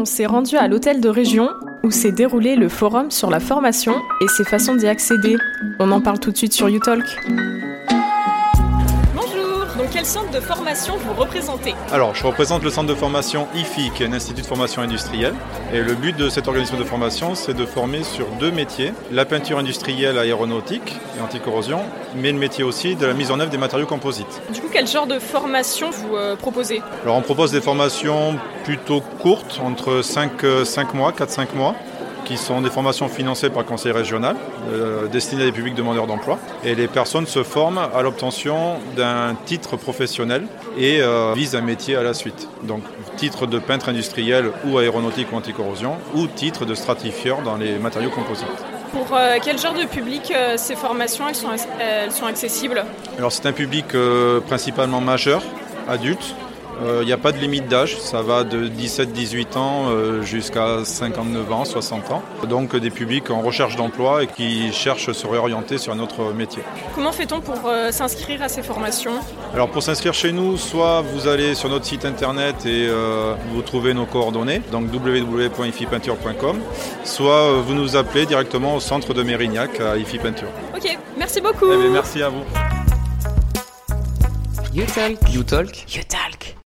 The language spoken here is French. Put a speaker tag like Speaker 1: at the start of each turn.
Speaker 1: on s'est rendu à l'hôtel de région où s'est déroulé le forum sur la formation et ses façons d'y accéder. On en parle tout de suite sur YouTalk. Donc quel centre de formation vous représentez ?
Speaker 2: Alors, je représente le centre de formation IFI, qui est un institut de formation industrielle. Et le but de cet organisme de formation, c'est de former sur 2 métiers. La peinture industrielle aéronautique et anticorrosion, mais le métier aussi de la mise en œuvre des matériaux composites.
Speaker 1: Du coup, quel genre de formation vous proposez ?
Speaker 2: Alors, on propose des formations plutôt courtes, entre 5 mois, 4-5 mois, qui sont des formations financées par le conseil régional, destinées à des publics demandeurs d'emploi. Et les personnes se forment à l'obtention d'un titre professionnel et visent un métier à la suite. Donc titre de peintre industriel ou aéronautique ou anticorrosion, ou titre de stratifieur dans les matériaux composites.
Speaker 1: Pour quel genre de public ces formations elles sont accessibles ?
Speaker 2: Alors c'est un public principalement majeur, adulte. Il n'y a pas de limite d'âge, ça va de 17-18 ans jusqu'à 59 ans, 60 ans. Donc des publics en recherche d'emploi et qui cherchent à se réorienter sur un autre métier.
Speaker 1: Comment fait-on pour s'inscrire à ces formations ?
Speaker 2: Alors pour s'inscrire chez nous, soit vous allez sur notre site internet et vous trouvez nos coordonnées, donc www.ifipeinture.com, soit vous nous appelez directement au centre de Mérignac à IFI Peinture.
Speaker 1: Ok, merci beaucoup.
Speaker 2: Merci à vous.
Speaker 3: YouTalk.
Speaker 4: YouTalk.
Speaker 3: YouTalk.